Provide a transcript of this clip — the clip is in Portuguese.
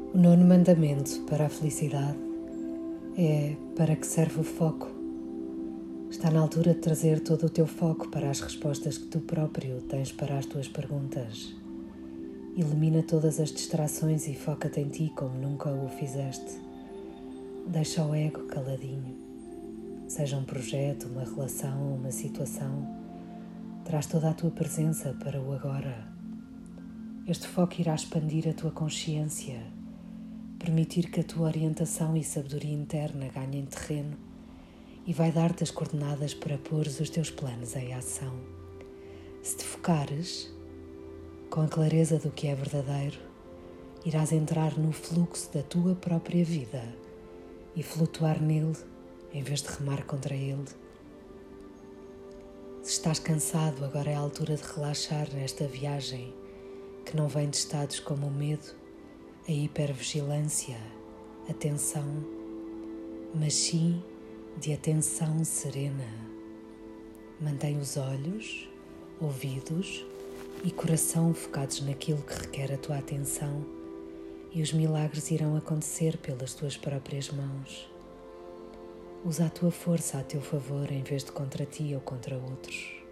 O nono mandamento para a felicidade é: para que serve o foco? Está na altura de trazer todo o teu foco para as respostas que tu próprio tens para as tuas perguntas. Elimina todas as distrações e foca-te em ti como nunca o fizeste. Deixa o ego caladinho. Seja um projeto, uma relação ou uma situação, traz toda a tua presença para o agora. Este foco irá expandir a tua consciência, permitir que a tua orientação e sabedoria interna ganhem terreno e vai dar-te as coordenadas para pôres os teus planos em ação. Se te focares com a clareza do que é verdadeiro, irás entrar no fluxo da tua própria vida e flutuar nele em vez de remar contra ele. Se estás cansado, agora é a altura de relaxar nesta viagem que não vem de estados como o medo, a hipervigilância, a tensão, mas sim de atenção serena. Mantém os olhos, ouvidos e coração focados naquilo que requer a tua atenção e os milagres irão acontecer pelas tuas próprias mãos. Usa a tua força a teu favor em vez de contra ti ou contra outros.